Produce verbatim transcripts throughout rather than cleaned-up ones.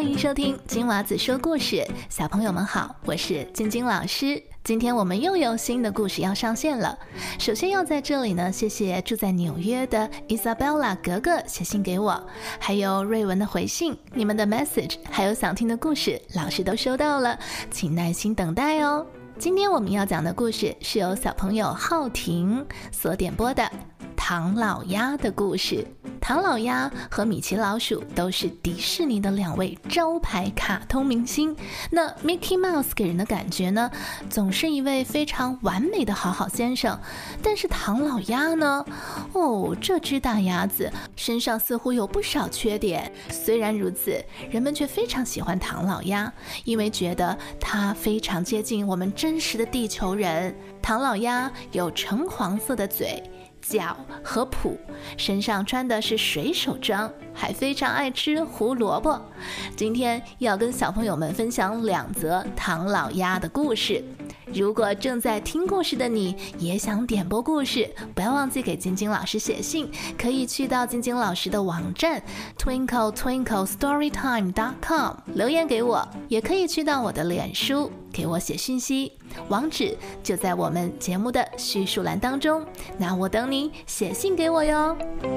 欢迎收听金娃子说故事。小朋友们好，我是晶晶老师。今天我们又有新的故事要上线了。首先要在这里呢，谢谢住在纽约的 Isabella 格格写信给我，还有瑞文的回信，你们的 message 还有想听的故事，老师都收到了，请耐心等待哦。今天我们要讲的故事是由小朋友浩婷所点播的唐老鸭的故事。唐老鸭和米奇老鼠都是迪士尼的两位招牌卡通明星。那 Mickey Mouse 给人的感觉呢，总是一位非常完美的好好先生。但是唐老鸭呢，哦，这只大鸭子身上似乎有不少缺点。虽然如此，人们却非常喜欢唐老鸭，因为觉得它非常接近我们真实的地球人。唐老鸭有橙黄色的嘴、脚和蹼，身上穿的是水手装，还非常爱吃胡萝卜。今天要跟小朋友们分享两则唐老鸭的故事。如果正在听故事的你也想点播故事，不要忘记给晶晶老师写信，可以去到晶晶老师的网站 twinkle twinkle storytime dot com 留言给我，也可以去到我的脸书给我写讯息，网址就在我们节目的叙述栏当中。那我等你写信给我哟。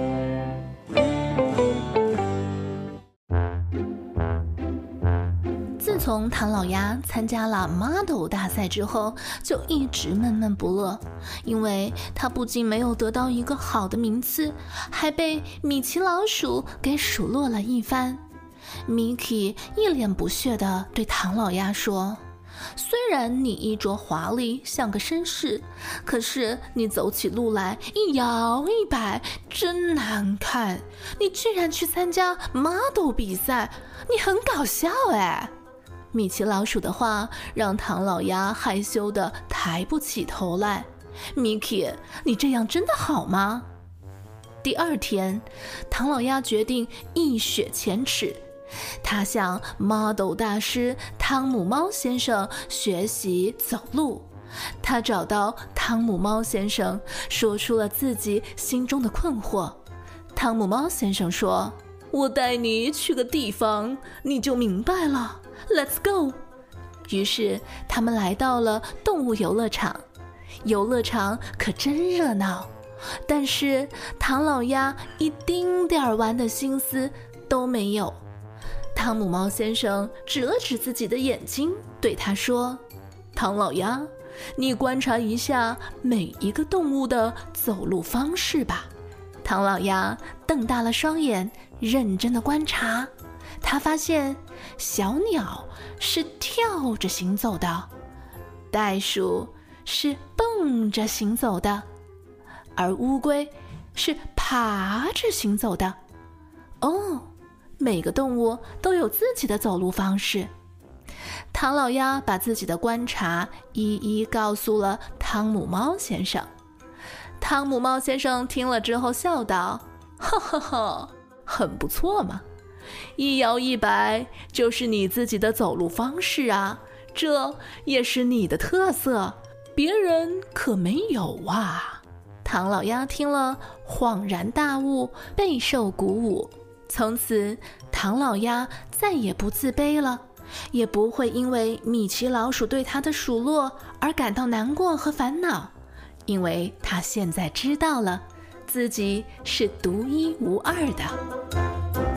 自从唐老鸭参加了 model 大赛之后，就一直闷闷不乐，因为他不仅没有得到一个好的名次，还被米奇老鼠给数落了一番。米奇一脸不屑地对唐老鸭说，虽然你衣着华丽像个绅士，可是你走起路来一摇一摆，真难看。你居然去参加 model 比赛，你很搞笑哎。米奇老鼠的话让唐老鸭害羞地抬不起头来。米奇，你这样真的好吗？第二天，唐老鸭决定一雪前耻，他向 model 大师汤姆猫先生学习走路。他找到汤姆猫先生，说出了自己心中的困惑。汤姆猫先生说，我带你去个地方，你就明白了。Let's go！ 于是他们来到了动物游乐场。游乐场可真热闹，但是唐老鸭一丁点儿玩的心思都没有。汤姆猫先生指了指自己的眼睛，对他说，唐老鸭，你观察一下每一个动物的走路方式吧。唐老鸭瞪大了双眼，认真的观察。他发现小鸟是跳着行走的，袋鼠是蹦着行走的，而乌龟是爬着行走的。哦，每个动物都有自己的走路方式。唐老鸭把自己的观察一一告诉了汤姆猫先生。汤姆猫先生听了之后笑道，哈哈哈，很不错嘛，一摇一摆就是你自己的走路方式啊，这也是你的特色，别人可没有啊。唐老鸭听了恍然大悟，备受鼓舞。从此唐老鸭再也不自卑了，也不会因为米奇老鼠对他的数落而感到难过和烦恼，因为他现在知道了自己是独一无二的。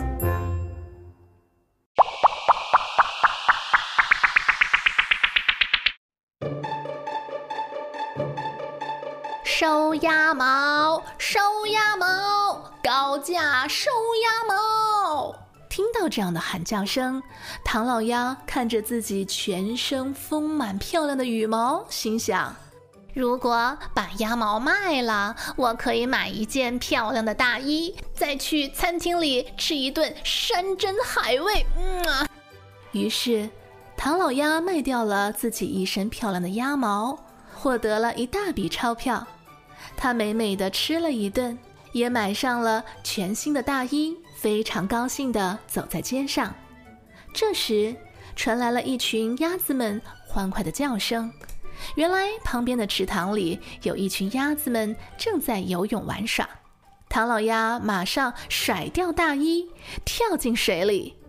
收鸭毛，收鸭毛，高价收鸭毛。听到这样的喊叫声，唐老鸭看着自己全身丰满漂亮的羽毛，心想，如果把鸭毛卖了，我可以买一件漂亮的大衣，再去餐厅里吃一顿山珍海味。嗯啊。于是唐老鸭卖掉了自己一身漂亮的鸭毛，获得了一大笔钞票。他美美地吃了一顿，也买上了全新的大衣，非常高兴地走在街上。这时传来了一群鸭子们欢快的叫声，原来旁边的池塘里有一群鸭子们正在游泳玩耍。唐老鸭马上甩掉大衣，跳进水里。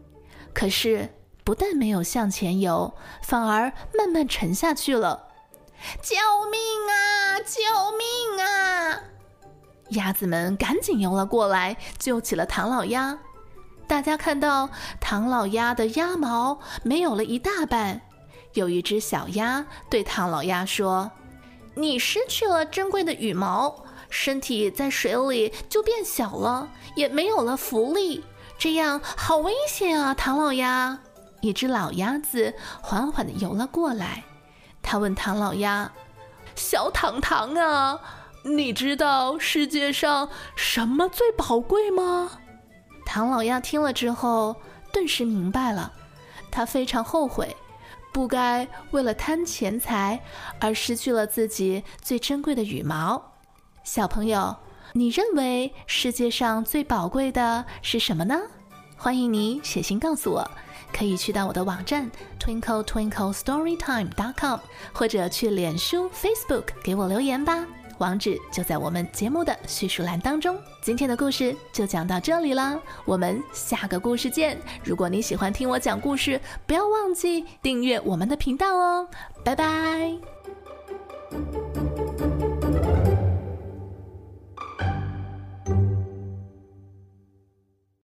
可是不但没有向前游，反而慢慢沉下去了。救命啊！救命啊！鸭子们赶紧游了过来，救起了唐老鸭。大家看到唐老鸭的鸭毛没有了一大半，有一只小鸭对唐老鸭说：你失去了珍贵的羽毛，身体在水里就变小了，也没有了浮力，这样好危险啊，唐老鸭。一只老鸭子缓缓地游了过来，他问唐老鸭：小糖糖啊，你知道世界上什么最宝贵吗？唐老鸭听了之后顿时明白了，他非常后悔，不该为了贪钱财而失去了自己最珍贵的羽毛。小朋友，你认为世界上最宝贵的是什么呢？欢迎你写信告诉我，可以去到我的网站 twinkle twinkle storytime dot com， 或者去脸书 Facebook 给我留言吧，网址就在我们节目的叙述栏当中。今天的故事就讲到这里了，我们下个故事见。如果你喜欢听我讲故事，不要忘记订阅我们的频道哦，拜拜。